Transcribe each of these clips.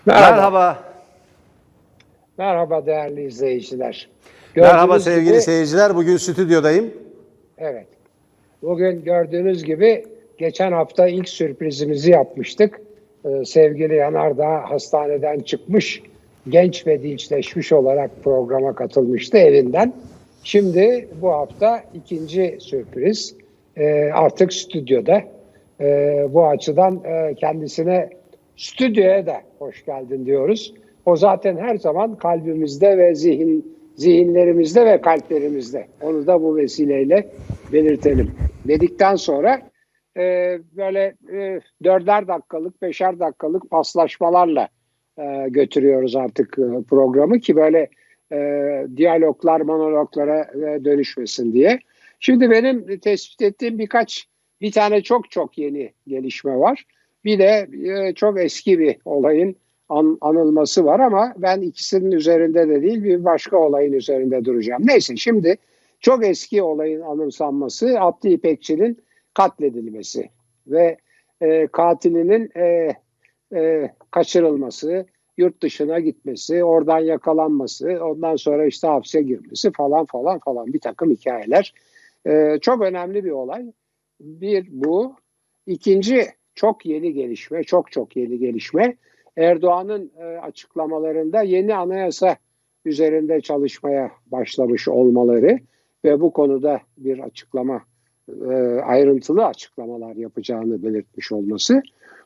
Merhaba. Merhaba. Merhaba değerli izleyiciler. Merhaba sevgili seyirciler. Bugün stüdyodayım. Evet. Bugün gördüğünüz gibi geçen hafta ilk sürprizimizi yapmıştık. Sevgili Yanardağ hastaneden çıkmış, genç ve dinçleşmiş olarak programa katılmıştı evinden. Şimdi bu hafta ikinci sürpriz. Artık stüdyoda. Bu açıdan kendisine stüdyoya da hoş geldin diyoruz. O zaten her zaman kalbimizde ve zihinlerimizde ve kalplerimizde. Onu da bu vesileyle belirtelim. Dedikten sonra böyle 4'er dakikalık, 5'er dakikalık paslaşmalarla götürüyoruz artık programı ki böyle diyaloglar, monologlara dönüşmesin diye. Şimdi benim tespit ettiğim bir tane çok yeni gelişme var. Bir de çok eski bir olayın anılması var ama ben ikisinin üzerinde de değil bir başka olayın üzerinde duracağım. Neyse şimdi çok eski olayın anımsanması Abdi İpekçi'nin katledilmesi ve katilinin kaçırılması, yurt dışına gitmesi, oradan yakalanması, ondan sonra işte hapse girmesi falan bir takım hikayeler. Çok önemli bir olay. Bir bu. İkinci çok yeni gelişme, çok yeni gelişme. Erdoğan'ın açıklamalarında yeni anayasa üzerinde çalışmaya başlamış olmaları ve bu konuda bir ayrıntılı açıklamalar yapacağını belirtmiş olması.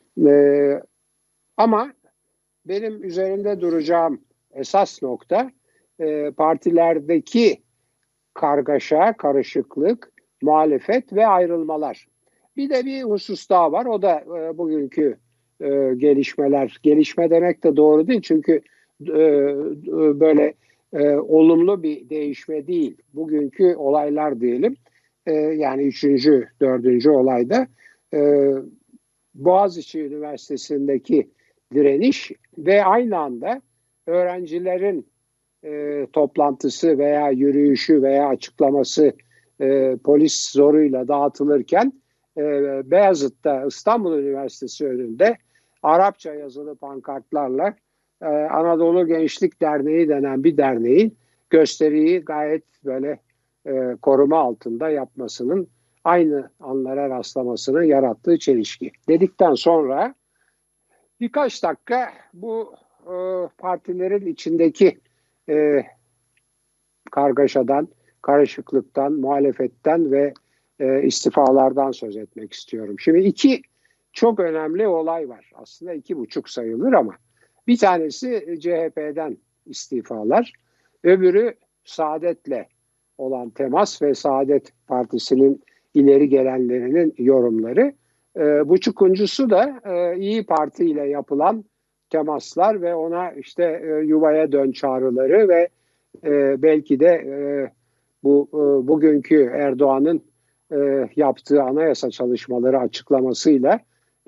Ama benim üzerinde duracağım esas nokta partilerdeki karışıklık, muhalefet ve ayrılmalar. Bir de bir husus daha var. O da bugünkü gelişmeler. Gelişme demek de doğru değil. Çünkü böyle olumlu bir değişme değil. Bugünkü olaylar diyelim. Yani 3. 4. olayda Boğaziçi Üniversitesi'ndeki direniş ve aynı anda öğrencilerin toplantısı veya yürüyüşü veya açıklaması polis zoruyla dağıtılırken Beyazıt'ta İstanbul Üniversitesi önünde Arapça yazılı pankartlarla Anadolu Gençlik Derneği denen bir derneğin gösteriyi gayet böyle koruma altında yapmasının aynı anlara rastlamasının yarattığı çelişki. Dedikten sonra birkaç dakika bu partilerin içindeki kargaşadan, karışıklıktan, muhalefetten ve istifalardan söz etmek istiyorum. Şimdi iki çok önemli olay var. Aslında 2,5 sayılır ama bir tanesi CHP'den istifalar, öbürü Saadet'le olan temas ve Saadet Partisi'nin ileri gelenlerinin yorumları. Bu üçüncüsü de İyi Parti ile yapılan temaslar ve ona işte yuvaya dön çağrıları ve belki de bugünkü Erdoğan'ın yaptığı anayasa çalışmaları açıklamasıyla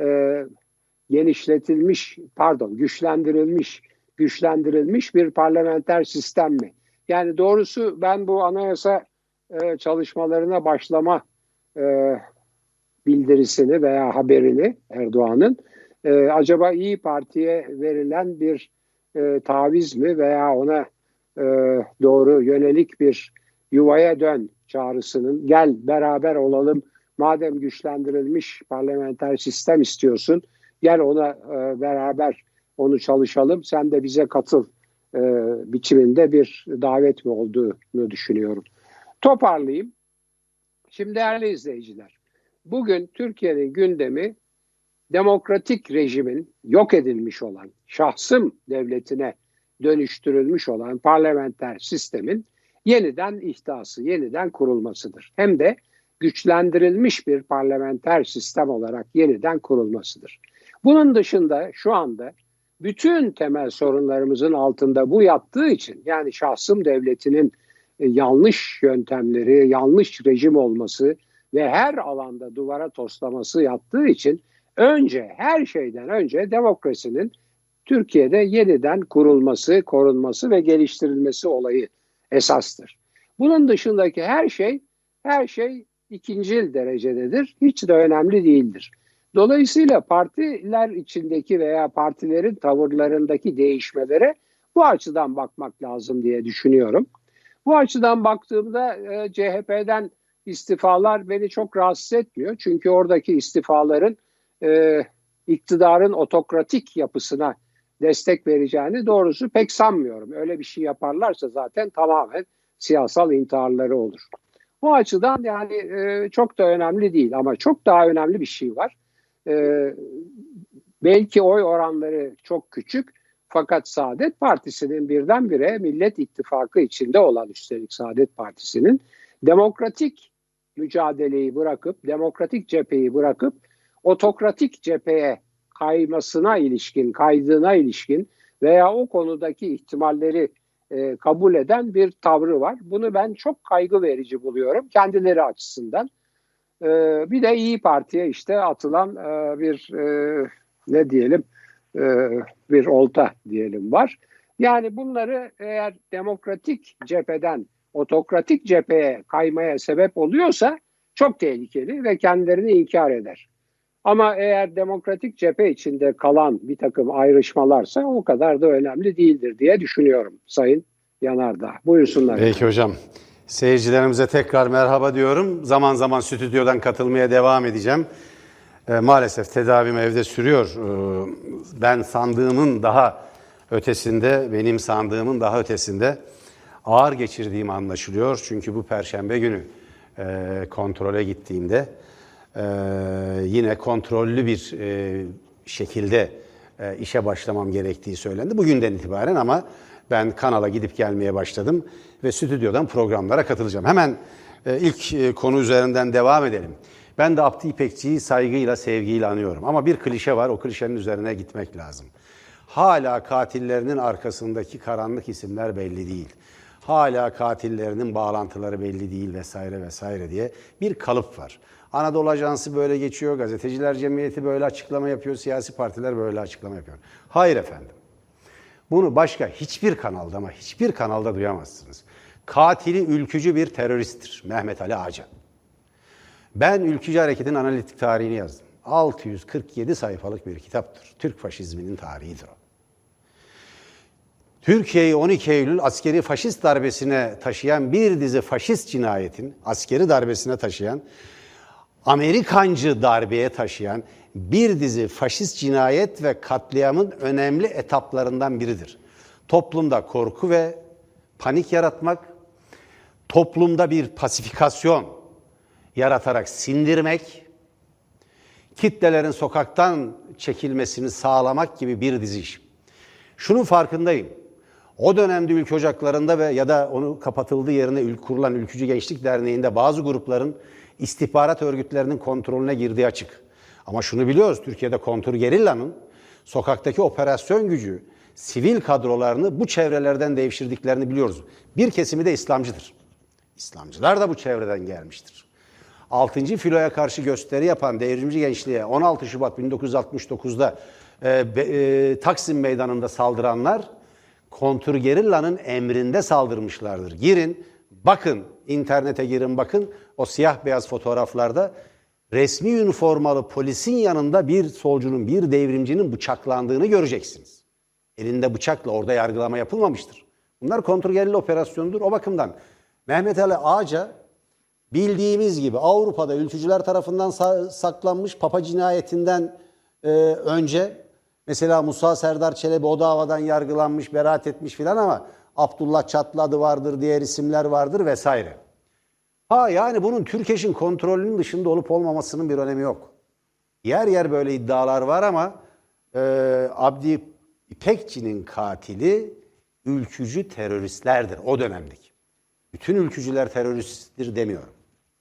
güçlendirilmiş bir parlamenter sistem mi? Yani doğrusu ben bu anayasa çalışmalarına başlama bildirisini veya haberini Erdoğan'ın acaba İyi Parti'ye verilen bir taviz mi veya ona doğru yönelik bir yuvaya dön çağrısının gel beraber olalım madem güçlendirilmiş parlamenter sistem istiyorsun gel ona beraber onu çalışalım sen de bize katıl biçiminde bir davet mi olduğunu düşünüyorum. Toparlayayım. Şimdi değerli izleyiciler, bugün Türkiye'nin gündemi demokratik rejimin yok edilmiş olan, şahsım devletine dönüştürülmüş olan parlamenter sistemin yeniden ihtası, yeniden kurulmasıdır. Hem de güçlendirilmiş bir parlamenter sistem olarak yeniden kurulmasıdır. Bunun dışında şu anda bütün temel sorunlarımızın altında bu yattığı için yani şahsım devletinin yanlış yöntemleri, yanlış rejim olması ve her alanda duvara toslaması yattığı için her şeyden önce demokrasinin Türkiye'de yeniden kurulması, korunması ve geliştirilmesi olayı esastır. Bunun dışındaki her şey ikincil derecededir. Hiç de önemli değildir. Dolayısıyla partiler içindeki veya partilerin tavırlarındaki değişmelere bu açıdan bakmak lazım diye düşünüyorum. Bu açıdan baktığımda CHP'den istifalar beni çok rahatsız etmiyor. Çünkü oradaki istifaların iktidarın otokratik yapısına destek vereceğini doğrusu pek sanmıyorum. Öyle bir şey yaparlarsa zaten tamamen siyasal intiharları olur. Bu açıdan yani çok da önemli değil ama çok daha önemli bir şey var. Belki oy oranları çok küçük fakat Saadet Partisi'nin birdenbire Millet İttifakı içinde olan, üstelik Saadet Partisi'nin demokratik mücadeleyi bırakıp, demokratik cepheyi bırakıp otokratik cepheye kaydığına ilişkin veya o konudaki ihtimalleri kabul eden bir tavrı var. Bunu ben çok kaygı verici buluyorum kendileri açısından. Bir de İyi Parti'ye işte atılan ne diyelim bir olta diyelim var. Yani bunları eğer demokratik cepheden otokratik cepheye kaymaya sebep oluyorsa çok tehlikeli ve kendilerini inkar eder. Ama eğer demokratik cephe içinde kalan bir takım ayrışmalarsa o kadar da önemli değildir diye düşünüyorum Sayın Yanardağ. Buyursunlar. Peki hocam. Seyircilerimize tekrar merhaba diyorum. Zaman zaman stüdyodan katılmaya devam edeceğim. Maalesef tedavim evde sürüyor. Ben sandığımın daha ötesinde, benim sandığımın daha ötesinde ağır geçirdiğim anlaşılıyor. Çünkü bu Perşembe günü kontrole gittiğimde yine kontrollü bir şekilde işe başlamam gerektiği söylendi. Bugünden itibaren ama ben kanala gidip gelmeye başladım ve stüdyodan programlara katılacağım. Hemen ilk konu üzerinden devam edelim. Ben de Abdi İpekçi'yi saygıyla, sevgiyle anıyorum. Ama bir klişe var, o klişenin üzerine gitmek lazım. Hala katillerinin arkasındaki karanlık isimler belli değil. Hala katillerinin bağlantıları belli değil vesaire vesaire diye bir kalıp var. Anadolu Ajansı böyle geçiyor, Gazeteciler Cemiyeti böyle açıklama yapıyor, siyasi partiler böyle açıklama yapıyor. Hayır efendim. Bunu başka hiçbir kanalda ama hiçbir kanalda duyamazsınız. Katili ülkücü bir teröristtir Mehmet Ali Ağca. Ben Ülkücü Hareket'in analitik tarihini yazdım. 647 sayfalık bir kitaptır. Türk faşizminin tarihidir o. Türkiye'yi 12 Eylül askeri faşist darbesine taşıyan bir dizi faşist cinayetin, askeri darbesine taşıyan, Amerikancı darbeye taşıyan bir dizi faşist cinayet ve katliamın önemli etaplarından biridir. Toplumda korku ve panik yaratmak, toplumda bir pasifikasyon yaratarak sindirmek, kitlelerin sokaktan çekilmesini sağlamak gibi bir dizi iş. Şunun farkındayım. O dönemde ülke ocaklarında ve ya da onu kapatıldığı yerine kurulan Ülkücü Gençlik Derneği'nde bazı grupların istihbarat örgütlerinin kontrolüne girdiği açık. Ama şunu biliyoruz, Türkiye'de kontrgerillanın sokaktaki operasyon gücü, sivil kadrolarını bu çevrelerden devşirdiklerini biliyoruz. Bir kesimi de İslamcıdır. İslamcılar da bu çevreden gelmiştir. 6. filoya karşı gösteri yapan devrimci gençliğe 16 Şubat 1969'da Taksim Meydanı'nda saldıranlar kontrgerillanın emrinde saldırmışlardır. Girin, bakın, internete girin bakın, o siyah beyaz fotoğraflarda resmi üniformalı polisin yanında bir solcunun, bir devrimcinin bıçaklandığını göreceksiniz. Elinde bıçakla, orada yargılama yapılmamıştır. Bunlar kontrgerilla operasyonudur. O bakımdan Mehmet Ali Ağca bildiğimiz gibi Avrupa'da ülkücüler tarafından saklanmış, Papa cinayetinden önce mesela Musa Serdar Çelebi o davadan yargılanmış, beraat etmiş filan ama Abdullah Çatlı adı vardır, diğer isimler vardır vesaire. Yani bunun Türkeş'in kontrolünün dışında olup olmamasının bir önemi yok. Yer yer böyle iddialar var ama Abdi İpekçi'nin katili ülkücü teröristlerdir o dönemdeki. Bütün ülkücüler teröristtir demiyorum.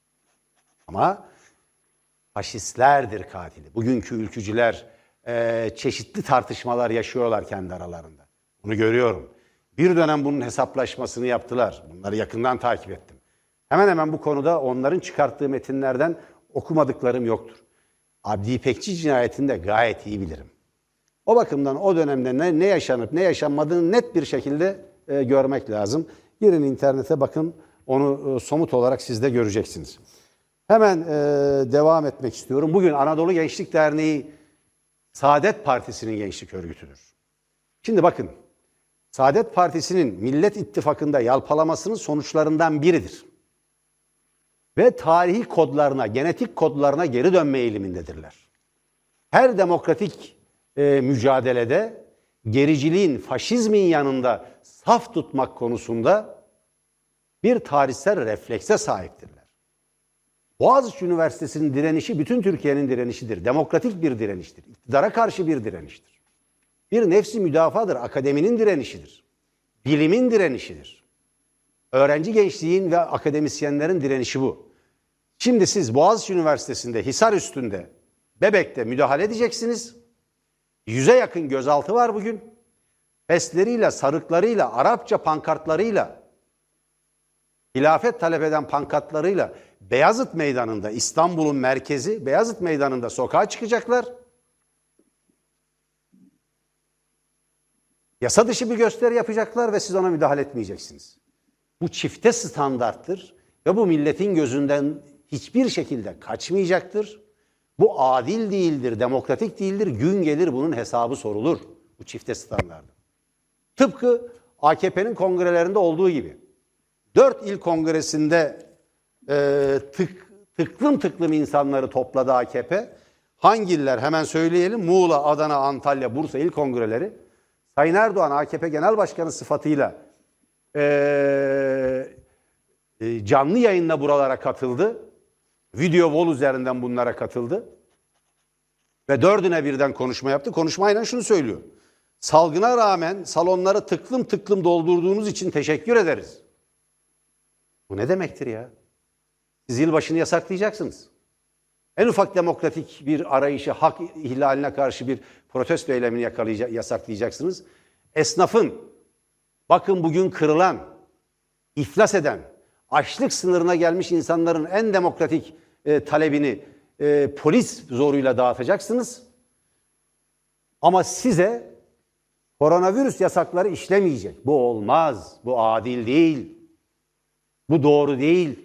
Ama faşistlerdir katili. Bugünkü ülkücüler çeşitli tartışmalar yaşıyorlar kendi aralarında. Bunu görüyorum. Bir dönem bunun hesaplaşmasını yaptılar. Bunları yakından takip ettim. Hemen hemen bu konuda onların çıkarttığı metinlerden okumadıklarım yoktur. Abdi İpekçi cinayetini de gayet iyi bilirim. O bakımdan o dönemde ne yaşanıp ne yaşanmadığını net bir şekilde görmek lazım. Girin internete bakın, onu somut olarak siz de göreceksiniz. Hemen devam etmek istiyorum. Bugün Anadolu Gençlik Derneği Saadet Partisi'nin gençlik örgütüdür. Şimdi bakın, Saadet Partisi'nin Millet İttifakı'nda yalpalamasının sonuçlarından biridir. Ve tarihi kodlarına, genetik kodlarına geri dönme eğilimindedirler. Her demokratik mücadelede gericiliğin, faşizmin yanında saf tutmak konusunda bir tarihsel reflekse sahiptirler. Boğaziçi Üniversitesi'nin direnişi bütün Türkiye'nin direnişidir. Demokratik bir direniştir. İktidara karşı bir direniştir. Bir nefsi müdafadır. Akademinin direnişidir. Bilimin direnişidir. Öğrenci gençliğin ve akademisyenlerin direnişi bu. Şimdi siz Boğaziçi Üniversitesi'nde, Hisarüstü'nde, Bebek'te müdahale edeceksiniz. 100'e yakın gözaltı var bugün. Festleriyle, sarıklarıyla, Arapça pankartlarıyla, hilafet talep eden pankartlarıyla Beyazıt Meydanı'nda, İstanbul'un merkezi Beyazıt Meydanı'nda sokağa çıkacaklar. Yasa dışı bir gösteri yapacaklar ve siz ona müdahale etmeyeceksiniz. Bu çifte standarttır ve bu milletin gözünden hiçbir şekilde kaçmayacaktır. Bu adil değildir, demokratik değildir. Gün gelir bunun hesabı sorulur. Bu çifte standart. Tıpkı AKP'nin kongrelerinde olduğu gibi. 4 il kongresinde tıklım tıklım insanları topladı AKP. Hangi iller hemen söyleyelim. Muğla, Adana, Antalya, Bursa il kongreleri. Sayın Erdoğan AKP Genel Başkanı sıfatıyla canlı yayınla buralara katıldı. Video wall üzerinden bunlara katıldı. Ve 4'üne birden konuşma yaptı. Konuşmayla şunu söylüyor. Salgına rağmen salonları tıklım tıklım doldurduğunuz için teşekkür ederiz. Bu ne demektir ya? Siz yılbaşını yasaklayacaksınız. En ufak demokratik bir arayışı, hak ihlaline karşı bir protesto eylemini yasaklayacaksınız. Esnafın, bakın bugün kırılan, iflas eden, açlık sınırına gelmiş insanların en demokratik talebini polis zoruyla dağıtacaksınız. Ama size koronavirüs yasakları işlemeyecek. Bu olmaz, bu adil değil, bu doğru değil.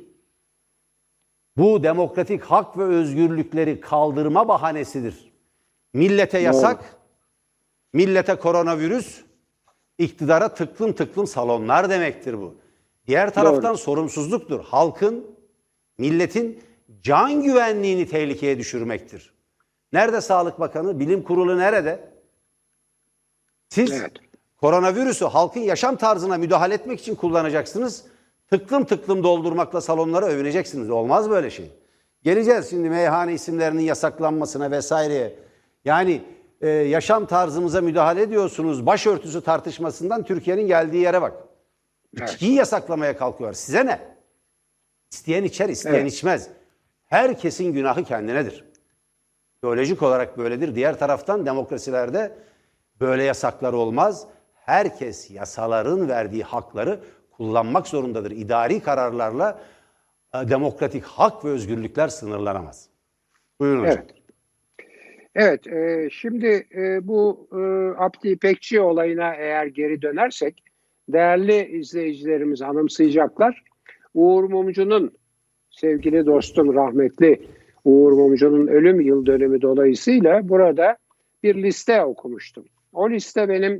Bu demokratik hak ve özgürlükleri kaldırma bahanesidir. Millete yasak, millete koronavirüs, iktidara tıklım tıklım salonlar demektir bu. Diğer taraftan sorumsuzluktur. Halkın, milletin can güvenliğini tehlikeye düşürmektir. Nerede Sağlık Bakanı? Bilim Kurulu nerede? Siz koronavirüsü halkın yaşam tarzına müdahale etmek için kullanacaksınız. Tıklım tıklım doldurmakla salonlara övüneceksiniz. Olmaz böyle şey. Geleceğiz şimdi meyhane isimlerinin yasaklanmasına vesaireye. Yani yaşam tarzımıza müdahale ediyorsunuz. Başörtüsü tartışmasından Türkiye'nin geldiği yere bak. İçkiyi yasaklamaya kalkıyorlar. Size ne? İsteyen içer, isteyen içmez. Herkesin günahı kendinedir. Teolojik olarak böyledir. Diğer taraftan demokrasilerde böyle yasaklar olmaz. Herkes yasaların verdiği hakları kullanmak zorundadır. İdari kararlarla demokratik hak ve özgürlükler sınırlanamaz. Buyurun hocam. Evet, şimdi bu Abdi İpekçi olayına eğer geri dönersek değerli izleyicilerimiz anımsayacaklar. Uğur Mumcu'nun, sevgili dostum rahmetli Uğur Mumcu'nun ölüm yıl dönümü dolayısıyla burada bir liste okumuştum. O liste benim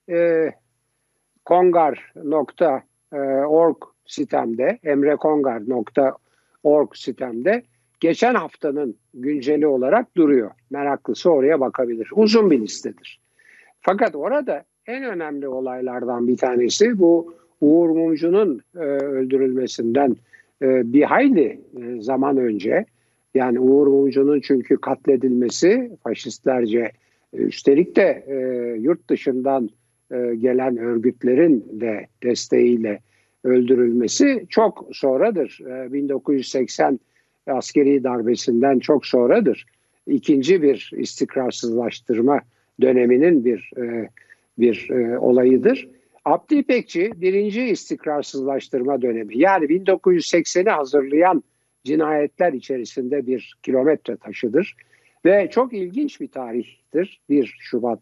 kongar.org sitemde, emrekongar.org sitemde geçen haftanın günceli olarak duruyor. Meraklısı oraya bakabilir. Uzun bir listedir. Fakat orada en önemli olaylardan bir tanesi bu Uğur Mumcu'nun öldürülmesinden bir hayli zaman önce, yani Uğur Mumcu'nun çünkü katledilmesi faşistlerce, üstelik de yurt dışından gelen örgütlerin de desteğiyle öldürülmesi çok sonradır. 1980 askeri darbesinden çok sonradır. İkinci bir istikrarsızlaştırma döneminin bir olayıdır. Abdi İpekçi birinci istikrarsızlaştırma dönemi, yani 1980'i hazırlayan cinayetler içerisinde bir kilometre taşıdır ve çok ilginç bir tarihtir. 1 Şubat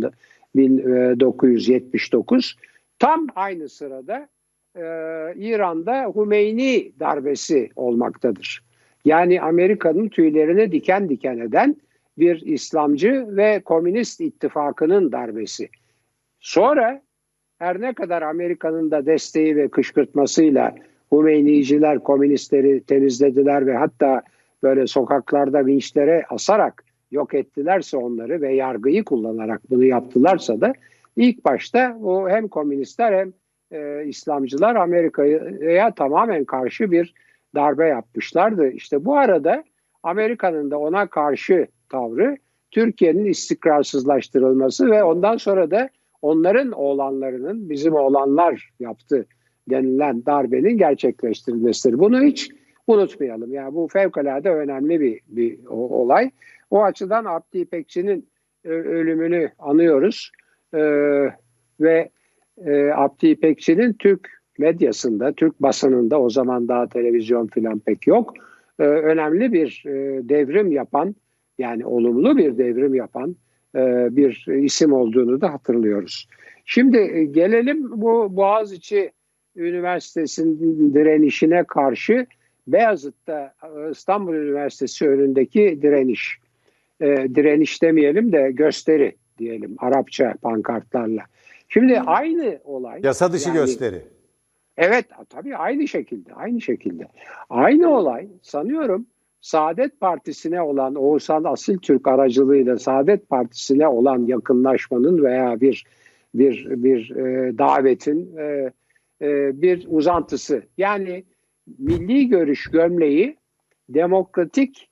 1979. Tam aynı sırada İran'da Hümeyni darbesi olmaktadır. Yani Amerika'nın tüylerini diken diken eden bir İslamcı ve Komünist ittifakının darbesi. Sonra her ne kadar Amerika'nın da desteği ve kışkırtmasıyla Hümeyniciler komünistleri temizlediler ve hatta böyle sokaklarda vinçlere asarak yok ettilerse onları ve yargıyı kullanarak bunu yaptılarsa da ilk başta o hem komünistler hem İslamcılar Amerika'ya tamamen karşı bir darbe yapmışlardı. İşte bu arada Amerika'nın da ona karşı tavrı Türkiye'nin istikrarsızlaştırılması ve ondan sonra da onların oğlanlarının bizim oğlanlar yaptı denilen darbenin gerçekleştirilmesidir. Bunu hiç unutmayalım. Yani bu fevkalade önemli bir olay. O açıdan Abdi İpekçi'nin ölümünü anıyoruz. Ve Abdi İpekçi'nin Türk medyasında, Türk basınında, o zaman daha televizyon filan pek yok, önemli bir devrim yapan, yani olumlu bir devrim yapan bir isim olduğunu da hatırlıyoruz. Şimdi gelelim bu Boğaziçi Üniversitesi'nin direnişine karşı Beyazıt'ta İstanbul Üniversitesi önündeki direniş. Direniş demeyelim de gösteri diyelim, Arapça pankartlarla. Şimdi aynı olay. Yasa dışı gösteri. Evet, tabii aynı şekilde. Aynı olay sanıyorum Saadet Partisi'ne olan, Oğuzhan Asiltürk aracılığıyla Saadet Partisi'ne olan yakınlaşmanın veya bir davetin bir uzantısı. Yani milli görüş gömleği demokratikler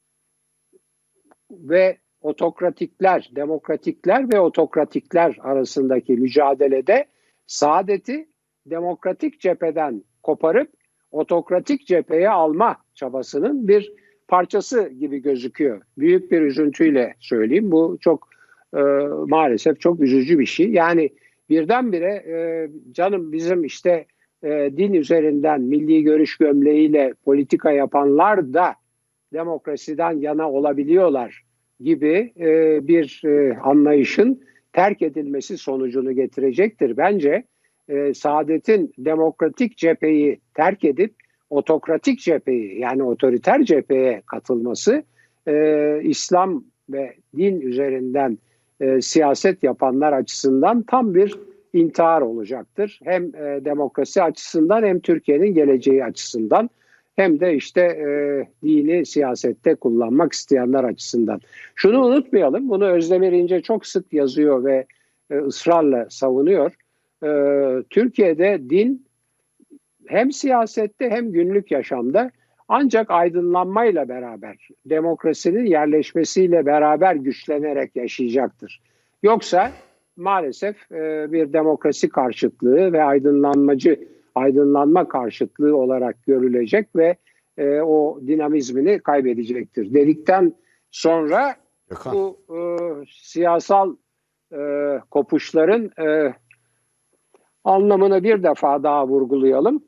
ve otokratikler arasındaki mücadelede Saadet'i demokratik cepheden koparıp otokratik cepheye alma çabasının bir parçası gibi gözüküyor. Büyük bir üzüntüyle söyleyeyim. Bu çok maalesef çok üzücü bir şey. Yani birdenbire canım bizim işte din üzerinden milli görüş gömleğiyle politika yapanlar da demokrasiden yana olabiliyorlar gibi bir anlayışın terk edilmesi sonucunu getirecektir. Bence Saadet'in demokratik cepheyi terk edip otokratik cepheyi, yani otoriter cepheye katılması İslam ve din üzerinden siyaset yapanlar açısından tam bir intihar olacaktır. Hem demokrasi açısından hem Türkiye'nin geleceği açısından hem de işte dini siyasette kullanmak isteyenler açısından. Şunu unutmayalım, bunu Özdemir İnce çok sık yazıyor ve ısrarla savunuyor. Türkiye'de din hem siyasette hem günlük yaşamda ancak aydınlanmayla beraber, demokrasinin yerleşmesiyle beraber güçlenerek yaşayacaktır. Yoksa maalesef bir demokrasi karşıtlığı ve aydınlanma karşıtlığı olarak görülecek ve o dinamizmini kaybedecektir. Dedikten sonra bu siyasal kopuşların anlamını bir defa daha vurgulayalım.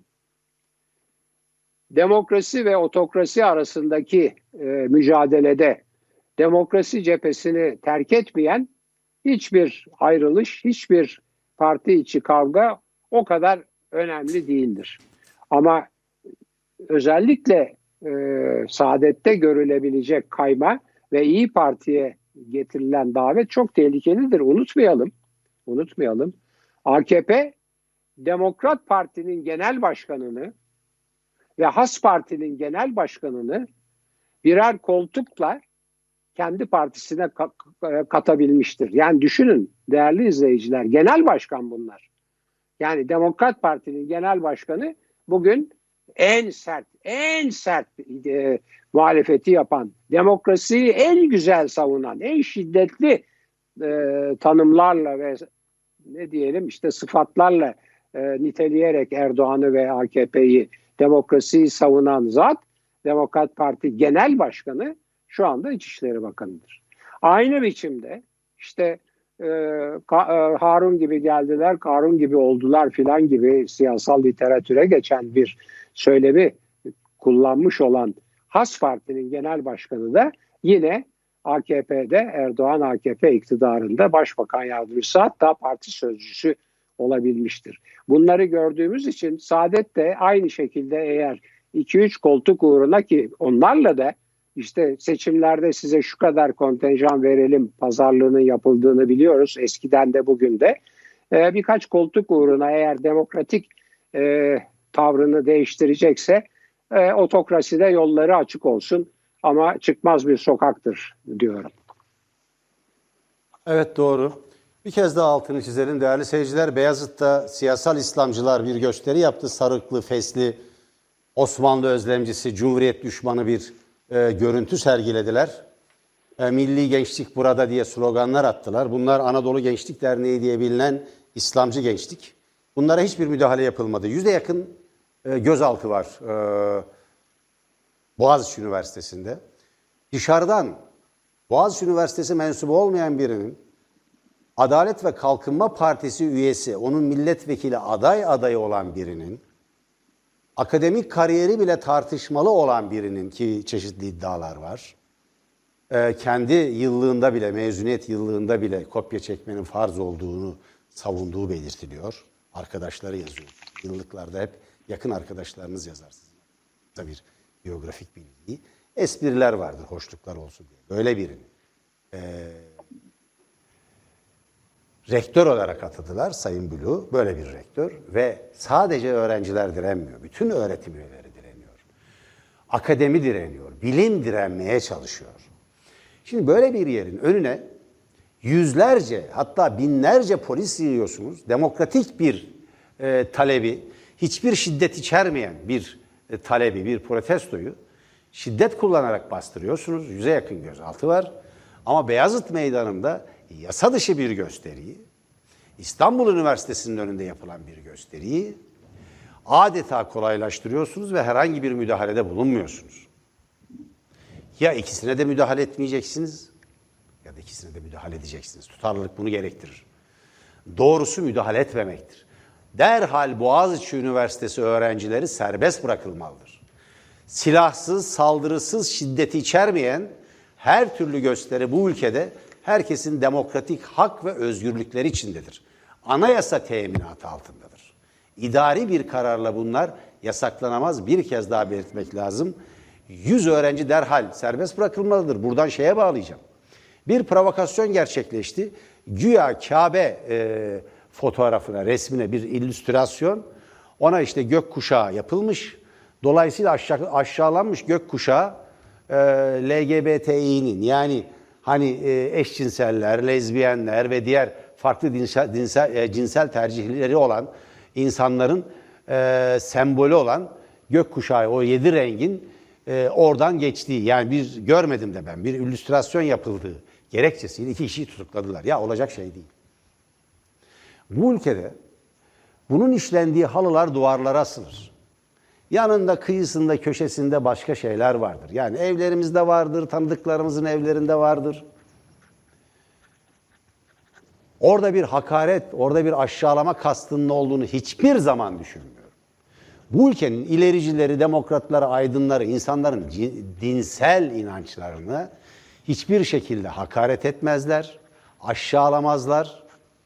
Demokrasi ve otokrasi arasındaki mücadelede demokrasi cephesini terk etmeyen hiçbir ayrılış, hiçbir parti içi kavga o kadar önemli değildir. Ama özellikle Saadet'te görülebilecek kayma ve İyi Parti'ye getirilen davet çok tehlikelidir. Unutmayalım. AKP, Demokrat Parti'nin genel başkanını ve Has Parti'nin genel başkanını birer koltukla kendi partisine katabilmiştir. Yani düşünün değerli izleyiciler, genel başkan bunlar. Yani Demokrat Parti'nin genel başkanı bugün en sert muhalefeti yapan, demokrasiyi en güzel savunan, en şiddetli tanımlarla ve ne diyelim işte sıfatlarla niteleyerek Erdoğan'ı ve AKP'yi, demokrasiyi savunan zat, Demokrat Parti Genel Başkanı şu anda İçişleri Bakanı'dır. Aynı biçimde işte Harun gibi geldiler, Karun gibi oldular filan gibi siyasal literatüre geçen bir söylemi kullanmış olan Has Parti'nin genel başkanı da yine AKP'de, Erdoğan AKP iktidarında başbakan yardımcısı, hatta parti sözcüsü olabilmiştir. Bunları gördüğümüz için Saadet de aynı şekilde eğer 2-3 koltuk uğruna, ki onlarla da işte seçimlerde size şu kadar kontenjan verelim pazarlığının yapıldığını biliyoruz. Eskiden de bugün de. Birkaç koltuk uğruna eğer demokratik tavrını değiştirecekse otokraside yolları açık olsun ama çıkmaz bir sokaktır diyorum. Evet, doğru. Bir kez daha altını çizelim değerli seyirciler. Beyazıt'ta siyasal İslamcılar bir gösteri yaptı. Sarıklı, fesli, Osmanlı özlemcisi, Cumhuriyet düşmanı bir görüntü sergilediler. Milli gençlik burada diye sloganlar attılar. Bunlar Anadolu Gençlik Derneği diye bilinen İslamcı gençlik. Bunlara hiçbir müdahale yapılmadı. 100'e yakın gözaltı var Boğaziçi Üniversitesi'nde. Dışarıdan Boğaziçi Üniversitesi mensubu olmayan birinin Adalet ve Kalkınma Partisi üyesi, onun milletvekili adayı olan birinin, akademik kariyeri bile tartışmalı olan birinin, ki çeşitli iddialar var, kendi yıllığında bile, mezuniyet yıllığında bile kopya çekmenin farz olduğunu savunduğu belirtiliyor. Arkadaşları yazıyor. Yıllıklarda hep yakın arkadaşlarınız yazarsınız. Bir biyografik bilgiyi. Espriler vardır, hoşluklar olsun diye. Böyle birinin rektör olarak atadılar Sayın Bülü, böyle bir rektör ve sadece öğrenciler direnmiyor. Bütün öğretim üyeleri direniyor. Akademi direniyor. Bilim direnmeye çalışıyor. Şimdi böyle bir yerin önüne yüzlerce, hatta binlerce polis yığıyorsunuz. Demokratik bir talebi, hiçbir şiddet içermeyen bir talebi, bir protestoyu şiddet kullanarak bastırıyorsunuz. 100'e yakın gözaltı var. Ama Beyazıt Meydanı'nda yasa dışı bir gösteriyi, İstanbul Üniversitesi'nin önünde yapılan bir gösteriyi adeta kolaylaştırıyorsunuz ve herhangi bir müdahalede bulunmuyorsunuz. Ya ikisine de müdahale etmeyeceksiniz ya da ikisine de müdahale edeceksiniz. Tutarlılık bunu gerektirir. Doğrusu müdahale etmemektir. Derhal Boğaziçi Üniversitesi öğrencileri serbest bırakılmalıdır. Silahsız, saldırısız, şiddeti içermeyen her türlü gösteri bu ülkede herkesin demokratik hak ve özgürlükleri içindedir. Anayasa teminatı altındadır. İdari bir kararla bunlar yasaklanamaz. Bir kez daha belirtmek lazım. 100 öğrenci derhal serbest bırakılmalıdır. Buradan şeye bağlayacağım. Bir provokasyon gerçekleşti. Güya Kabe fotoğrafına, resmine bir illüstrasyon. Ona işte gökkuşağı yapılmış. Dolayısıyla aşağılanmış gökkuşağı LGBTİ'nin, yani hani eşcinseller, lezbiyenler ve diğer farklı cinsel tercihleri olan insanların sembolü olan gökkuşağı, o 7 rengin oradan geçtiği, yani bir görmedim de ben, bir illüstrasyon yapıldığı gerekçesiyle 2 kişiyi tutukladılar. Ya olacak şey değil. Bu ülkede bunun işlendiği halılar duvarlara asılır. Yanında, kıyısında, köşesinde başka şeyler vardır. Yani evlerimizde vardır, tanıdıklarımızın evlerinde vardır. Orada bir hakaret, orada bir aşağılama kastının olduğunu hiçbir zaman düşünmüyorum. Bu ülkenin ilericileri, demokratları, aydınları, insanların dinsel inançlarını hiçbir şekilde hakaret etmezler, aşağılamazlar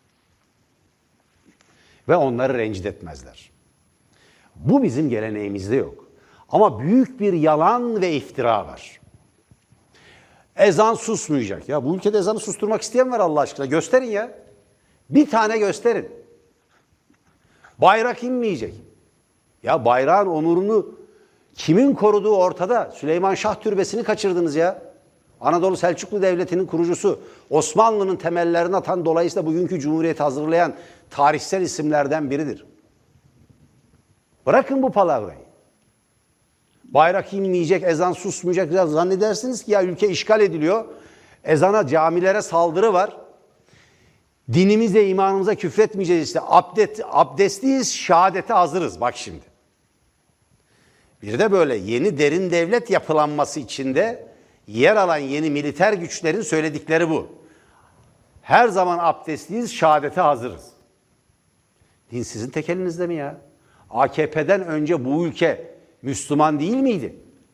ve onları rencide etmezler. Bu bizim geleneğimizde yok. Ama büyük bir yalan ve iftira var. Ezan susmayacak. Ya bu ülkede ezanı susturmak isteyen var Allah aşkına. Gösterin ya. Bir tane gösterin. Bayrak inmeyecek. Ya bayrağın onurunu kimin koruduğu ortada. Süleyman Şah Türbesi'ni kaçırdınız ya. Anadolu Selçuklu Devleti'nin kurucusu, Osmanlı'nın temellerini atan, dolayısıyla bugünkü Cumhuriyeti hazırlayan tarihsel isimlerden biridir. Bırakın bu palavrayı. Bayrak inmeyecek, ezan susmayacak. Zannedersiniz ki ya ülke işgal ediliyor. Ezana, camilere saldırı var. Dinimize, imanımıza küfretmeyeceğiz işte. Abdestliyiz, şehadete hazırız. Bak şimdi. Bir de böyle yeni derin devlet yapılanması içinde yer alan yeni militer güçlerin söyledikleri bu. Her zaman abdestliyiz, şehadete hazırız. Din sizin tek elinizde mi ya? AKP'den önce bu ülke Müslüman değil miydi?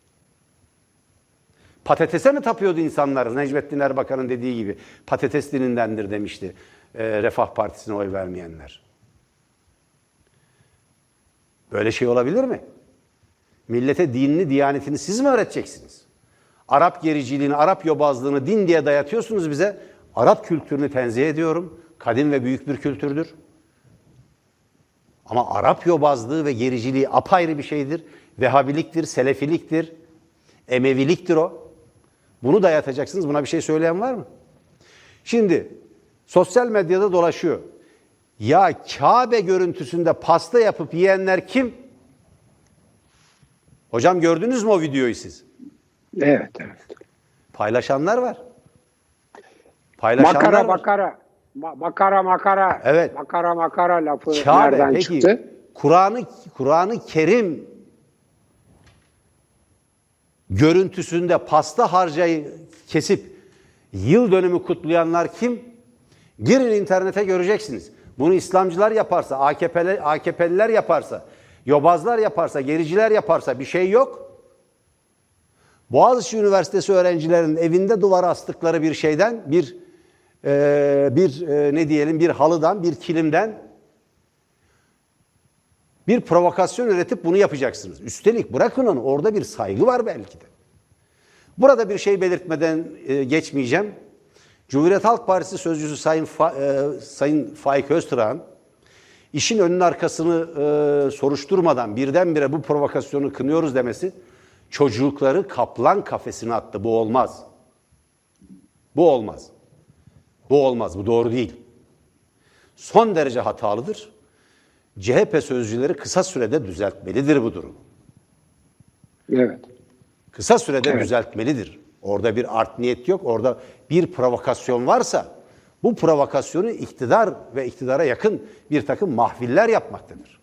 Patatese mi tapıyordu insanlar? Necmettin Erbakan'ın dediği gibi patates dinindendir demişti Refah Partisi'ne oy vermeyenler. Böyle şey olabilir mi? Millete dinini, diyanetini siz mi öğreteceksiniz? Arap gericiliğini, Arap yobazlığını din diye dayatıyorsunuz bize. Arap kültürünü tenzih ediyorum. Kadim ve büyük bir kültürdür. Ama Arap yobazlığı ve gericiliği apayrı bir şeydir. Vehhabiliktir, Selefiliktir, Emeviliktir o. Bunu dayatacaksınız. Buna bir şey söyleyen var mı? Şimdi sosyal medyada dolaşıyor. Ya Kabe görüntüsünde pasta yapıp yiyenler kim? Hocam gördünüz mü o videoyu siz? Evet, evet. Paylaşanlar var. Paylaşanlar var. Makara. Evet. Makara lafı Kabe, nereden peki, çıktı? Kur'an-ı Kerim görüntüsünde pasta harcayı kesip yıl dönümü kutlayanlar kim? Girin internete göreceksiniz. Bunu İslamcılar yaparsa, AKP'liler yaparsa, yobazlar yaparsa, gericiler yaparsa bir şey yok. Boğaziçi Üniversitesi öğrencilerinin evinde duvara astıkları bir şeyden, bir halıdan, bir kilimden bir provokasyon üretip bunu yapacaksınız. Üstelik bırakın onu, orada bir saygı var belki de. Burada bir şey belirtmeden geçmeyeceğim. Cumhuriyet Halk Partisi sözcüsü Sayın Faik Öztürk'ün işin önünün arkasını soruşturmadan birdenbire bu provokasyonu kınıyoruz demesi, çocukları kaplan kafesine attı. Bu olmaz. Bu olmaz. Bu olmaz. Bu doğru değil. Son derece hatalıdır. CHP sözcüleri kısa sürede düzeltmelidir bu durum. Evet. Kısa sürede düzeltmelidir. Orada bir art niyet yok. Orada bir provokasyon varsa bu provokasyonu iktidar ve iktidara yakın bir takım mahfiller yapmaktadır.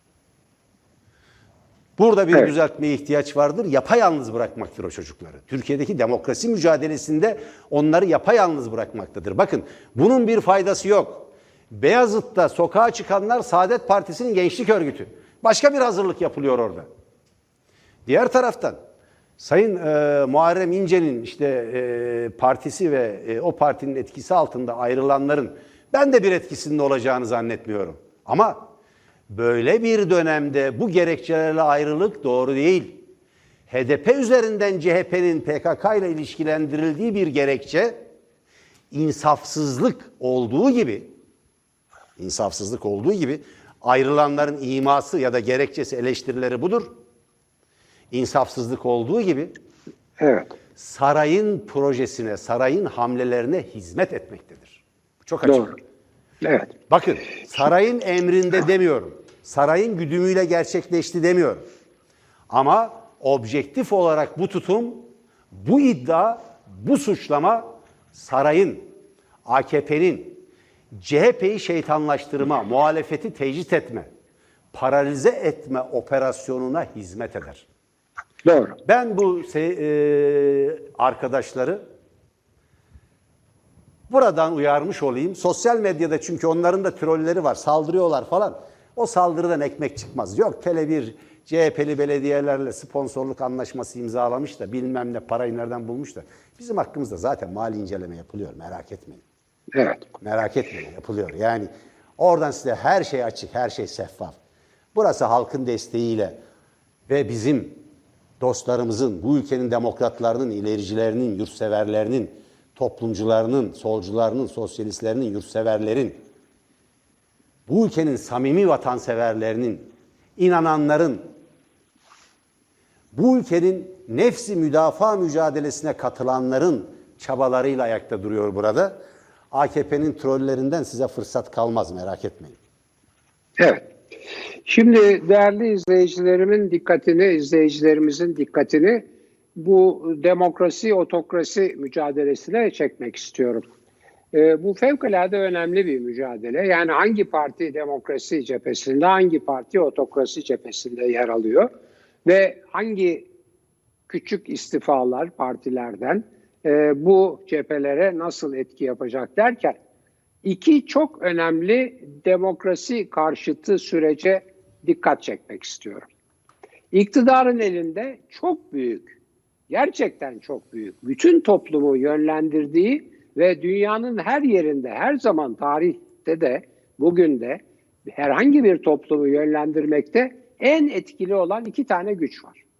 Burada bir düzeltmeye ihtiyaç vardır. Yapayalnız bırakmaktır o çocukları. Türkiye'deki demokrasi mücadelesinde onları yapayalnız bırakmaktadır. Bakın bunun bir faydası yok. Beyazıt'ta sokağa çıkanlar Saadet Partisi'nin gençlik örgütü. Başka bir hazırlık yapılıyor orada. Diğer taraftan Sayın Muharrem İnce'nin partisi ve o partinin etkisi altında ayrılanların ben de bir etkisinde olacağını zannetmiyorum. Ama böyle bir dönemde bu gerekçelerle ayrılık doğru değil. HDP üzerinden CHP'nin PKK ile ilişkilendirildiği bir gerekçe insafsızlık olduğu gibi ayrılanların iması ya da gerekçesi eleştirileri budur. İnsafsızlık olduğu gibi sarayın projesine, sarayın hamlelerine hizmet etmektedir. Çok açık. Doğru. Evet. Bakın sarayın emrinde demiyorum. Sarayın güdümüyle gerçekleşti demiyorum. Ama objektif olarak bu tutum, bu iddia, bu suçlama sarayın, AKP'nin CHP'yi şeytanlaştırma, muhalefeti tecrit etme, paralize etme operasyonuna hizmet eder. Doğru. Ben bu arkadaşları buradan uyarmış olayım. Sosyal medyada çünkü onların da trolleri var, saldırıyorlar falan. O saldırıdan ekmek çıkmaz. Yok Tele1 CHP'li belediyelerle sponsorluk anlaşması imzalamış da bilmem ne parayı nereden bulmuş da. Bizim hakkımızda zaten mali inceleme yapılıyor, merak etmeyin. Evet. Merak etmeyin, yapılıyor. Yani oradan size her şey açık, her şey şeffaf. Burası halkın desteğiyle ve bizim dostlarımızın, bu ülkenin demokratlarının, ilericilerinin, yurtseverlerinin, toplumcularının, solcularının, sosyalistlerinin, yurtseverlerin, bu ülkenin samimi vatanseverlerinin, inananların, bu ülkenin nefsi müdafaa mücadelesine katılanların çabalarıyla ayakta duruyor burada. AKP'nin trollerinden size fırsat kalmaz, merak etmeyin. Evet. Şimdi değerli izleyicilerimizin dikkatini bu demokrasi, otokrasi mücadelesine çekmek istiyorum. Bu fevkalade önemli bir mücadele. Yani hangi parti demokrasi cephesinde, hangi parti otokrasi cephesinde yer alıyor ve hangi küçük istifalar partilerden bu cephelere nasıl etki yapacak derken iki çok önemli demokrasi karşıtı sürece dikkat çekmek istiyorum. İktidarın elinde çok büyük, gerçekten çok büyük, bütün toplumu yönlendirdiği ve dünyanın her yerinde, her zaman tarihte de, bugün de herhangi bir toplumu yönlendirmekte en etkili olan iki tane güç var.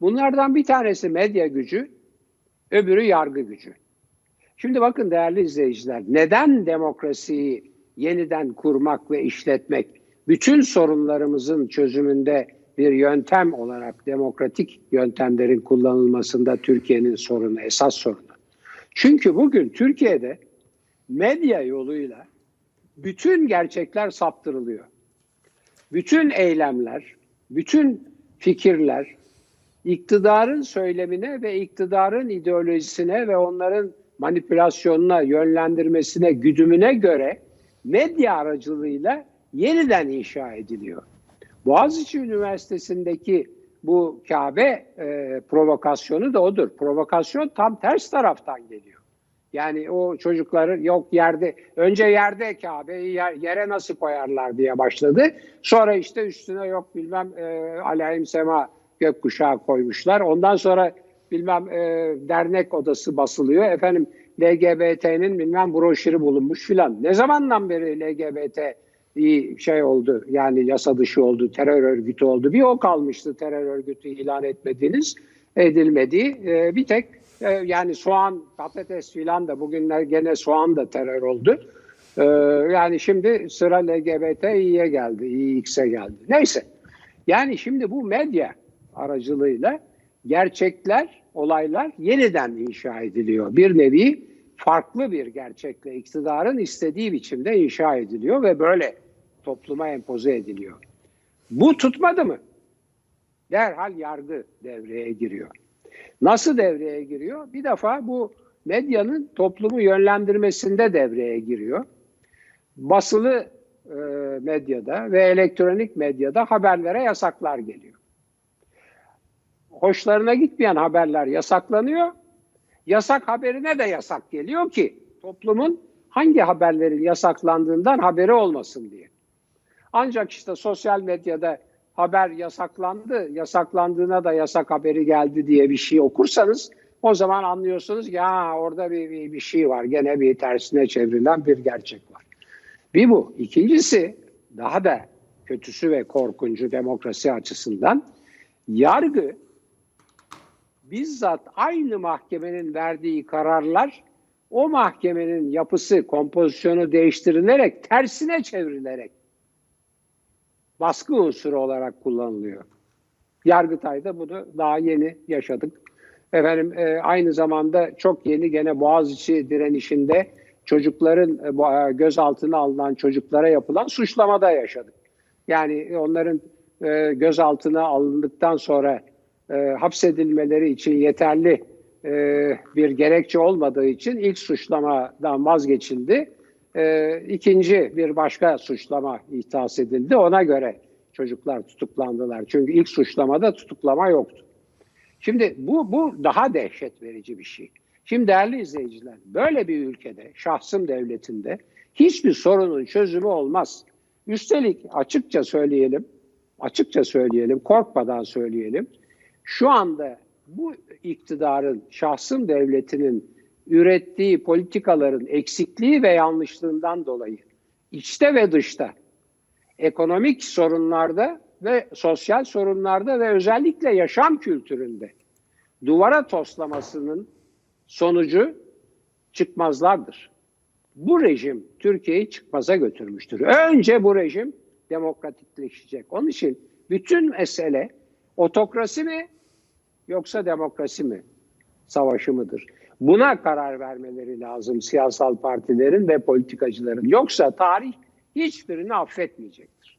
Bunlardan bir tanesi medya gücü, öbürü yargı gücü. Şimdi bakın değerli izleyiciler, neden demokrasiyi yeniden kurmak ve işletmek, bütün sorunlarımızın çözümünde bir yöntem olarak demokratik yöntemlerin kullanılmasında Türkiye'nin sorunu, esas sorunu. Çünkü bugün Türkiye'de medya yoluyla bütün gerçekler saptırılıyor. Bütün eylemler, bütün fikirler, iktidarın söylemine ve iktidarın ideolojisine ve onların manipülasyonuna, yönlendirmesine, güdümüne göre medya aracılığıyla yeniden inşa ediliyor. Boğaziçi Üniversitesi'ndeki bu Kabe provokasyonu da odur. Provokasyon tam ters taraftan geliyor. Yani o çocukların yok yerde, önce yerde Kabe'yi yere nasıl koyarlar diye başladı. Sonra işte üstüne yok bilmem aleyhim sema gökkuşağı koymuşlar. Ondan sonra bilmem dernek odası basılıyor. Efendim LGBT'nin bilmem broşürü bulunmuş filan. Ne zamandan beri LGBT şey oldu, yani yasa dışı oldu, terör örgütü oldu. Bir o kalmıştı terör örgütü ilan etmediğiniz, edilmediği. Bir tek yani soğan, patates filan da bugünler gene soğan da terör oldu. Yani şimdi sıra LGBTİ'ye geldi, İX'e geldi. Neyse. Yani şimdi bu medya aracılığıyla gerçekler, olaylar yeniden inşa ediliyor. Bir nevi farklı bir gerçekle iktidarın istediği biçimde inşa ediliyor ve böyle topluma empoze ediliyor. Bu tutmadı mı? Derhal yargı devreye giriyor. Nasıl devreye giriyor? Bir defa bu medyanın toplumu yönlendirmesinde devreye giriyor. Basılı medyada ve elektronik medyada haberlere yasaklar geliyor. Hoşlarına gitmeyen haberler yasaklanıyor. Yasak haberine de yasak geliyor ki toplumun hangi haberlerin yasaklandığından haberi olmasın diye. Ancak işte sosyal medyada haber yasaklandı, yasaklandığına da yasak haberi geldi diye bir şey okursanız o zaman anlıyorsunuz ya orada bir şey var, gene bir tersine çevrilen bir gerçek var. Bir bu. İkincisi daha da kötüsü ve korkuncu demokrasi açısından yargı bizzat aynı mahkemenin verdiği kararlar o mahkemenin yapısı, kompozisyonu değiştirilerek, tersine çevrilerek baskı unsuru olarak kullanılıyor. Yargıtay'da bunu daha yeni yaşadık. Efendim aynı zamanda çok yeni gene Boğaziçi direnişinde çocukların gözaltına alınan çocuklara yapılan suçlamada yaşadık. Yani onların gözaltına alındıktan sonra hapsedilmeleri için yeterli bir gerekçe olmadığı için ilk suçlamadan vazgeçildi. İkinci bir başka suçlama ihdas edildi. Ona göre çocuklar tutuklandılar. Çünkü ilk suçlamada tutuklama yoktu. Şimdi bu daha dehşet verici bir şey. Şimdi değerli izleyiciler, böyle bir ülkede, şahsım devletinde hiçbir sorunun çözümü olmaz. Üstelik açıkça söyleyelim, korkmadan söyleyelim. Şu anda bu iktidarın, şahsım devletinin ürettiği politikaların eksikliği ve yanlışlığından dolayı içte ve dışta, ekonomik sorunlarda ve sosyal sorunlarda ve özellikle yaşam kültüründe duvara toslamasının sonucu çıkmazlardır. Bu rejim Türkiye'yi çıkmaza götürmüştür. Önce bu rejim demokratikleşecek. Onun için bütün mesele otokrasi mi yoksa demokrasi mi savaşı mıdır? Buna karar vermeleri lazım siyasal partilerin ve politikacıların. Yoksa tarih hiçbirini affetmeyecektir.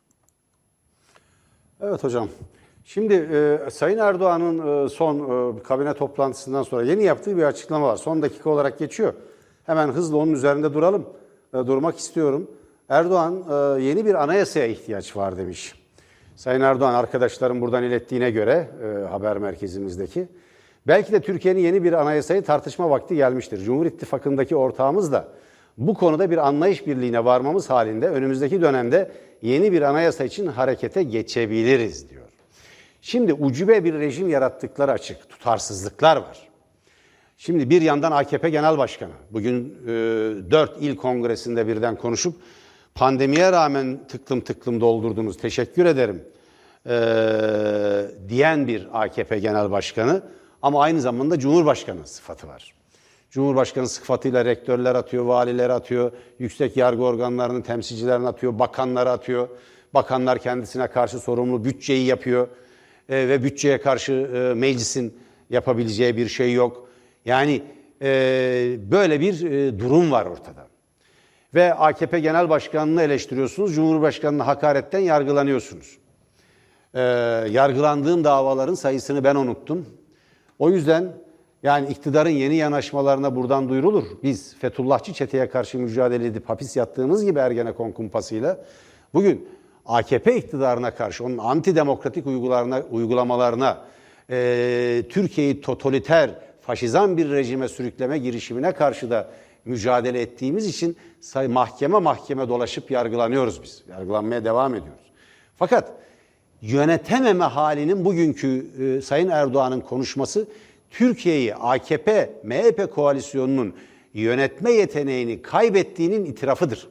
Evet hocam. Şimdi Sayın Erdoğan'ın son kabine toplantısından sonra yeni yaptığı bir açıklama var. Son dakika olarak geçiyor. Hemen hızlı onun üzerinde durmak istiyorum. Erdoğan yeni bir anayasaya ihtiyaç var demiş. Sayın Erdoğan arkadaşlarım buradan ilettiğine göre haber merkezimizdeki. Belki de Türkiye'nin yeni bir anayasayı tartışma vakti gelmiştir. Cumhur İttifakı'ndaki ortağımız da bu konuda bir anlayış birliğine varmamız halinde önümüzdeki dönemde yeni bir anayasa için harekete geçebiliriz diyor. Şimdi ucube bir rejim yarattıkları açık, tutarsızlıklar var. Şimdi bir yandan AKP Genel Başkanı bugün 4 il kongresinde birden konuşup pandemiye rağmen tıklım tıklım doldurdunuz, teşekkür ederim. diyen bir AKP Genel Başkanı ama aynı zamanda Cumhurbaşkanı sıfatı var. Cumhurbaşkanı sıfatıyla rektörler atıyor, valiler atıyor, yüksek yargı organlarının temsilcilerini atıyor, bakanları atıyor. Bakanlar kendisine karşı sorumlu, bütçeyi yapıyor ve bütçeye karşı meclisin yapabileceği bir şey yok. Yani böyle bir durum var ortada. Ve AKP Genel Başkanı'nı eleştiriyorsunuz, Cumhurbaşkanı'na hakaretten yargılanıyorsunuz. Yargılandığım davaların sayısını ben unuttum. O yüzden yani iktidarın yeni yanaşmalarına buradan duyurulur. Biz Fethullahçı çeteye karşı mücadele edip hapis yattığımız gibi Ergenekon kumpasıyla bugün AKP iktidarına karşı onun antidemokratik uygulamalarına, Türkiye'yi totaliter, faşizan bir rejime sürükleme girişimine karşı da mücadele ettiğimiz için mahkeme dolaşıp yargılanıyoruz biz. Yargılanmaya devam ediyoruz. Fakat yönetememe halinin bugünkü Sayın Erdoğan'ın konuşması Türkiye'yi AKP-MHP koalisyonunun yönetme yeteneğini kaybettiğinin itirafıdır.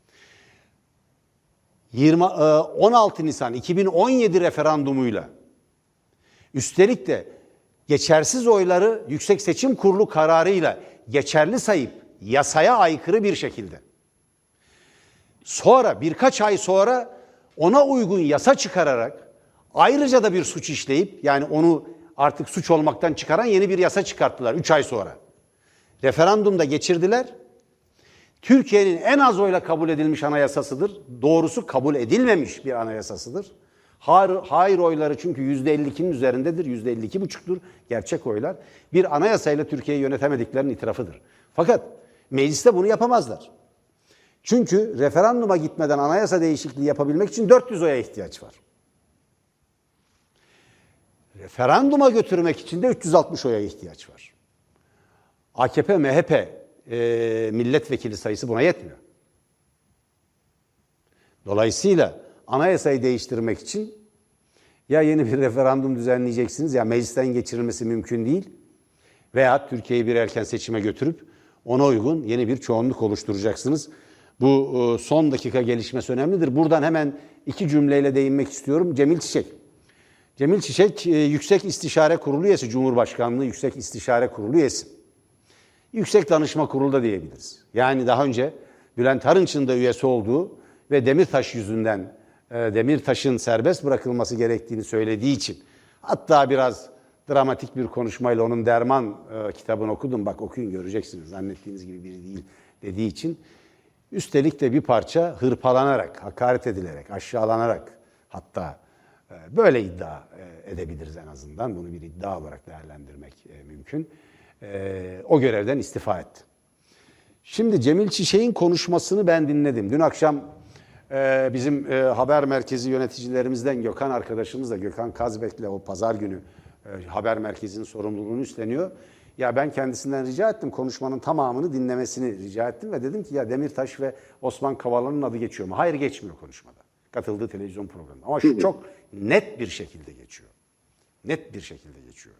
16 Nisan 2017 referandumuyla üstelik de geçersiz oyları Yüksek Seçim Kurulu kararıyla geçerli sayıp yasaya aykırı bir şekilde sonra birkaç ay sonra ona uygun yasa çıkararak ayrıca da bir suç işleyip yani onu artık suç olmaktan çıkaran yeni bir yasa çıkarttılar 3 ay sonra. Referandumda geçirdiler. Türkiye'nin en az oyla kabul edilmiş anayasasıdır. Doğrusu kabul edilmemiş bir anayasasıdır. Hayır oyları çünkü %52'nin üzerindedir. %52,5'tur gerçek oylar. Bir anayasayla Türkiye'yi yönetemediklerinin itirafıdır. Fakat mecliste bunu yapamazlar. Çünkü referanduma gitmeden anayasa değişikliği yapabilmek için 400 oya ihtiyaç var. Referanduma götürmek için de 360 oya ihtiyaç var. AKP, MHP milletvekili sayısı buna yetmiyor. Dolayısıyla anayasayı değiştirmek için ya yeni bir referandum düzenleyeceksiniz ya meclisten geçirilmesi mümkün değil veya Türkiye'yi bir erken seçime götürüp ona uygun yeni bir çoğunluk oluşturacaksınız. Bu son dakika gelişmesi önemlidir. Buradan hemen 2 cümleyle değinmek istiyorum. Cemil Çiçek. Cemil Çiçek Yüksek İstişare Kurulu üyesi, Cumhurbaşkanlığı Yüksek İstişare Kurulu üyesi. Yüksek Danışma Kurulu da diyebiliriz. Yani daha önce Bülent Arınç'ın da üyesi olduğu ve Demirtaş yüzünden Demirtaş'ın serbest bırakılması gerektiğini söylediği için hatta biraz dramatik bir konuşmayla onun Derman kitabını okudum. Bak okuyun göreceksiniz zannettiğiniz gibi biri değil dediği için. Üstelik de bir parça hırpalanarak, hakaret edilerek, aşağılanarak hatta böyle iddia edebiliriz en azından. Bunu bir iddia olarak değerlendirmek mümkün. O görevden istifa etti. Şimdi Cemil Çiçek'in konuşmasını ben dinledim. Dün akşam bizim haber merkezi yöneticilerimizden Gökhan arkadaşımızla, Gökhan Kazbek'le o pazar günü haber merkezinin sorumluluğunu üstleniyor. Ya ben kendisinden rica ettim, konuşmanın tamamını dinlemesini rica ettim ve dedim ki ya Demirtaş ve Osman Kavala'nın adı geçiyor mu? Hayır geçmiyor konuşmada. Katıldığı televizyon programında. Ama şu çok net bir şekilde geçiyor. Net bir şekilde geçiyor.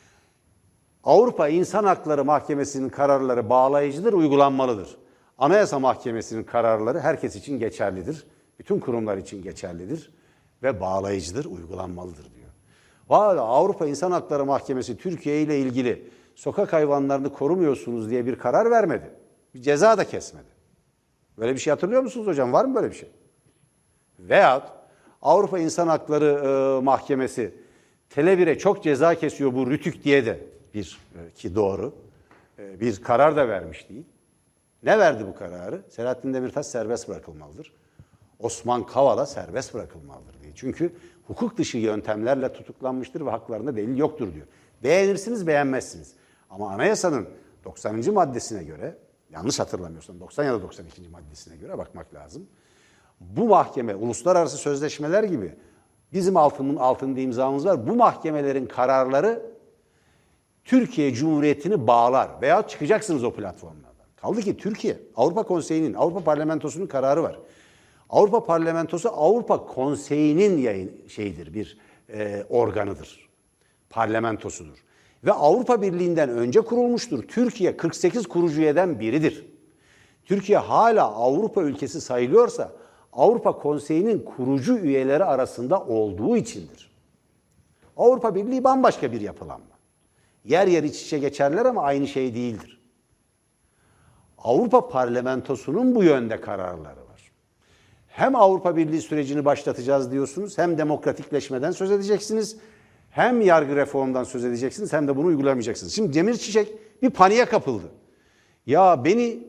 Avrupa İnsan Hakları Mahkemesi'nin kararları bağlayıcıdır, uygulanmalıdır. Anayasa Mahkemesi'nin kararları herkes için geçerlidir. Bütün kurumlar için geçerlidir ve bağlayıcıdır, uygulanmalıdır diyor. Valla Avrupa İnsan Hakları Mahkemesi Türkiye ile ilgili sokak hayvanlarını korumuyorsunuz diye bir karar vermedi. Bir ceza da kesmedi. Böyle bir şey hatırlıyor musunuz hocam? Var mı böyle bir şey? Veyahut Avrupa İnsan Hakları Mahkemesi Tele1'e çok ceza kesiyor bu Rütük diye de ki doğru bir karar da vermiş değil. Ne verdi bu kararı? Selahattin Demirtaş serbest bırakılmalıdır. Osman Kavala serbest bırakılmalıdır diye. Çünkü hukuk dışı yöntemlerle tutuklanmıştır ve haklarında delil yoktur diyor. Beğenirsiniz beğenmezsiniz. Ama anayasanın 90. maddesine göre, yanlış hatırlamıyorsam 90 ya da 92. maddesine göre bakmak lazım. Bu mahkeme uluslararası sözleşmeler gibi bizim altında imzamız var. Bu mahkemelerin kararları Türkiye Cumhuriyeti'ni bağlar veya çıkacaksınız o platformlardan. Kaldı ki Türkiye, Avrupa Konseyi'nin, Avrupa Parlamentosu'nun kararı var. Avrupa Parlamentosu Avrupa Konseyi'nin bir organıdır. Parlamentosudur. Ve Avrupa Birliği'nden önce kurulmuştur. Türkiye 48 kurucu üyeden biridir. Türkiye hala Avrupa ülkesi sayılıyorsa Avrupa Konseyi'nin kurucu üyeleri arasında olduğu içindir. Avrupa Birliği bambaşka bir yapılanma. Yer yer iç içe geçerler ama aynı şey değildir. Avrupa Parlamentosu'nun bu yönde kararları var. Hem Avrupa Birliği sürecini başlatacağız diyorsunuz, hem demokratikleşmeden söz edeceksiniz, hem yargı reformundan söz edeceksiniz, hem de bunu uygulamayacaksınız. Şimdi Cemil Çiçek bir paniğe kapıldı. Ya beni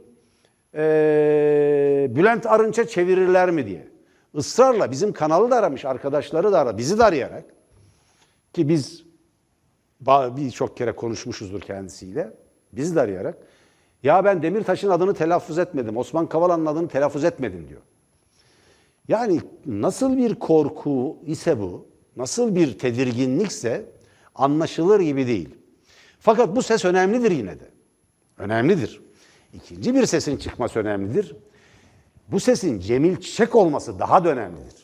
Bülent Arınç'a çevirirler mi diye. Israrla bizim kanalı da aramış, arkadaşları da aradı, bizi de arayarak. Ki biz birçok kere konuşmuşuzdur kendisiyle. Bizi de arayarak. Ya ben Demirtaş'ın adını telaffuz etmedim, Osman Kavala'nın adını telaffuz etmedim diyor. Yani nasıl bir korku ise bu, nasıl bir tedirginlikse anlaşılır gibi değil. Fakat bu ses önemlidir yine de. Önemlidir. İkinci bir sesin çıkması önemlidir. Bu sesin Cemil Çiçek olması daha da önemlidir.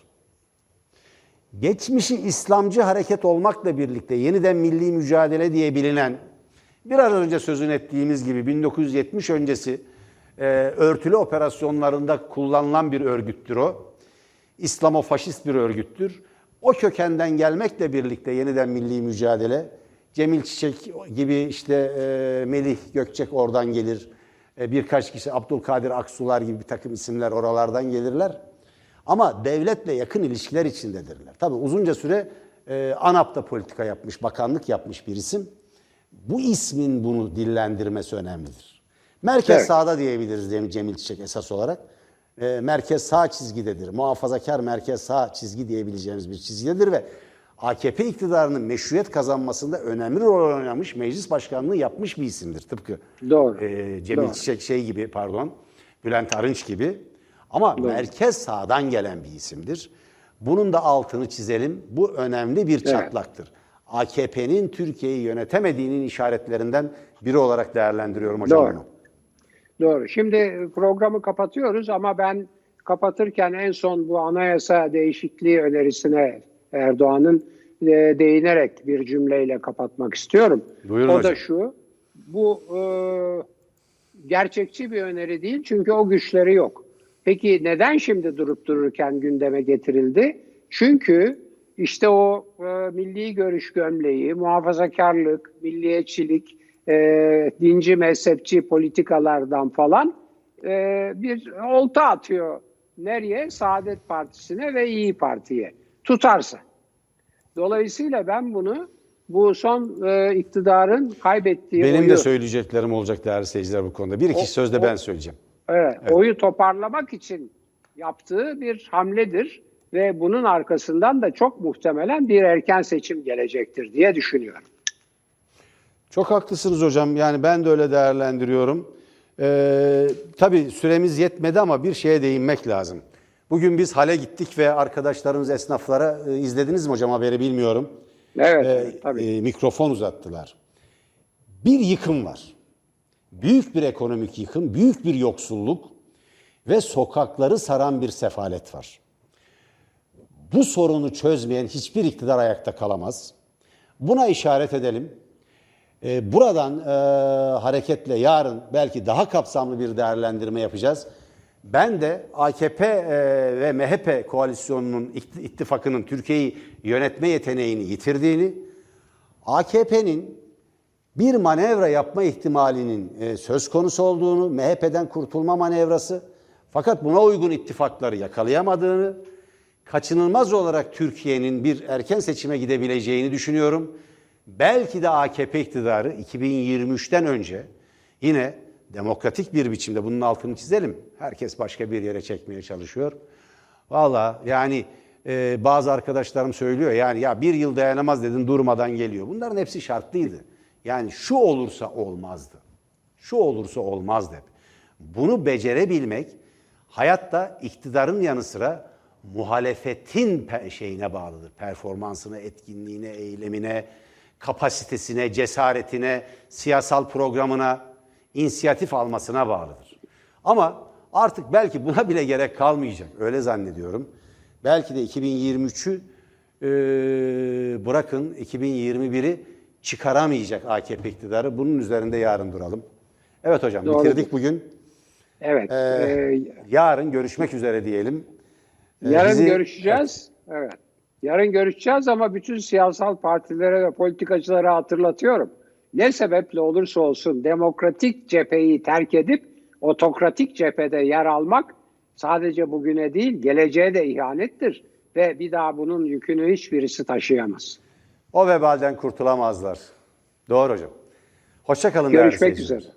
Geçmişi İslamcı hareket olmakla birlikte yeniden milli mücadele diye bilinen, biraz önce sözünü ettiğimiz gibi 1970 öncesi örtülü operasyonlarında kullanılan bir örgüttür o. İslamo-faşist bir örgüttür. O kökenden gelmekle birlikte yeniden milli mücadele, Cemil Çiçek gibi işte Melih Gökçek oradan gelir, birkaç kişi Abdülkadir Aksular gibi bir takım isimler oralardan gelirler. Ama devletle yakın ilişkiler içindedirler. Tabii uzunca süre ANAP'ta politika yapmış, bakanlık yapmış bir isim. Bu ismin bunu dillendirmesi önemlidir. Merkez sağda diyebiliriz Cemil Çiçek esas olarak. Merkez sağ çizgidedir. Muhafazakar merkez sağ çizgi diyebileceğimiz bir çizgidedir ve AKP iktidarının meşruiyet kazanmasında önemli rol oynamış, meclis başkanlığı yapmış bir isimdir. Tıpkı Cemil Çiçek gibi Bülent Arınç gibi. Ama merkez sağdan gelen bir isimdir. Bunun da altını çizelim. Bu önemli bir çatlaktır. AKP'nin Türkiye'yi yönetemediğinin işaretlerinden biri olarak değerlendiriyorum hocam. Doğru. Şimdi programı kapatıyoruz ama ben kapatırken en son bu anayasa değişikliği önerisine Erdoğan'ın değinerek bir cümleyle kapatmak istiyorum. Buyurun o hocam. da şu, bu gerçekçi bir öneri değil çünkü o güçleri yok. Peki neden şimdi durup dururken gündeme getirildi? Çünkü işte o milli görüş gömleği, muhafazakarlık, milliyetçilik, dinci mezhepçi politikalardan falan bir olta atıyor. Nereye? Saadet Partisi'ne ve İyi Parti'ye. Tutarsa. Dolayısıyla ben bunu bu son iktidarın kaybettiği Benim de söyleyeceklerim olacak değerli seyirciler bu konuda. Bir iki söz de ben söyleyeceğim. Evet, oyu toparlamak için yaptığı bir hamledir ve bunun arkasından da çok muhtemelen bir erken seçim gelecektir diye düşünüyorum. Çok haklısınız hocam. Yani ben de öyle değerlendiriyorum. Tabii süremiz yetmedi ama bir şeye değinmek lazım. Bugün biz hale gittik ve arkadaşlarımız esnaflara izlediniz mi hocam haberi bilmiyorum. Evet, tabii. Mikrofon uzattılar. Bir yıkım var. Büyük bir ekonomik yıkım, büyük bir yoksulluk ve sokakları saran bir sefalet var. Bu sorunu çözmeyen hiçbir iktidar ayakta kalamaz. Buna işaret edelim. Buradan hareketle yarın belki daha kapsamlı bir değerlendirme yapacağız. Ben de AKP ve MHP koalisyonunun, ittifakının Türkiye'yi yönetme yeteneğini yitirdiğini, AKP'nin bir manevra yapma ihtimalinin söz konusu olduğunu, MHP'den kurtulma manevrası, fakat buna uygun ittifakları yakalayamadığını, kaçınılmaz olarak Türkiye'nin bir erken seçime gidebileceğini düşünüyorum. Belki de AKP iktidarı 2023'ten önce yine demokratik bir biçimde bunun altını çizelim. Herkes başka bir yere çekmeye çalışıyor. Valla yani bazı arkadaşlarım söylüyor yani ya bir yıl dayanamaz dedin durmadan geliyor. Bunların hepsi şartlıydı. Yani şu olursa olmazdı. Şu olursa olmazdı hep. Bunu becerebilmek hayatta iktidarın yanı sıra muhalefetin şeyine bağlıdır. Performansına, etkinliğine, eylemine, kapasitesine, cesaretine, siyasal programına, inisiyatif almasına bağlıdır. Ama artık belki buna bile gerek kalmayacak. Öyle zannediyorum. Belki de 2023'ü bırakın 2021'i çıkaramayacak AKP iktidarı. Bunun üzerinde yarın duralım. Evet hocam, bitirdik bugün. Evet. Yarın görüşmek üzere diyelim. Yarın görüşeceğiz. Evet. Yarın görüşeceğiz ama bütün siyasal partilere ve politikacılara hatırlatıyorum. Ne sebeple olursa olsun demokratik cepheyi terk edip otokratik cephede yer almak sadece bugüne değil geleceğe de ihanettir. Ve bir daha bunun yükünü hiçbirisi taşıyamaz. O vebalden kurtulamazlar. Doğru hocam. Hoşça kalın. Görüşmek üzere.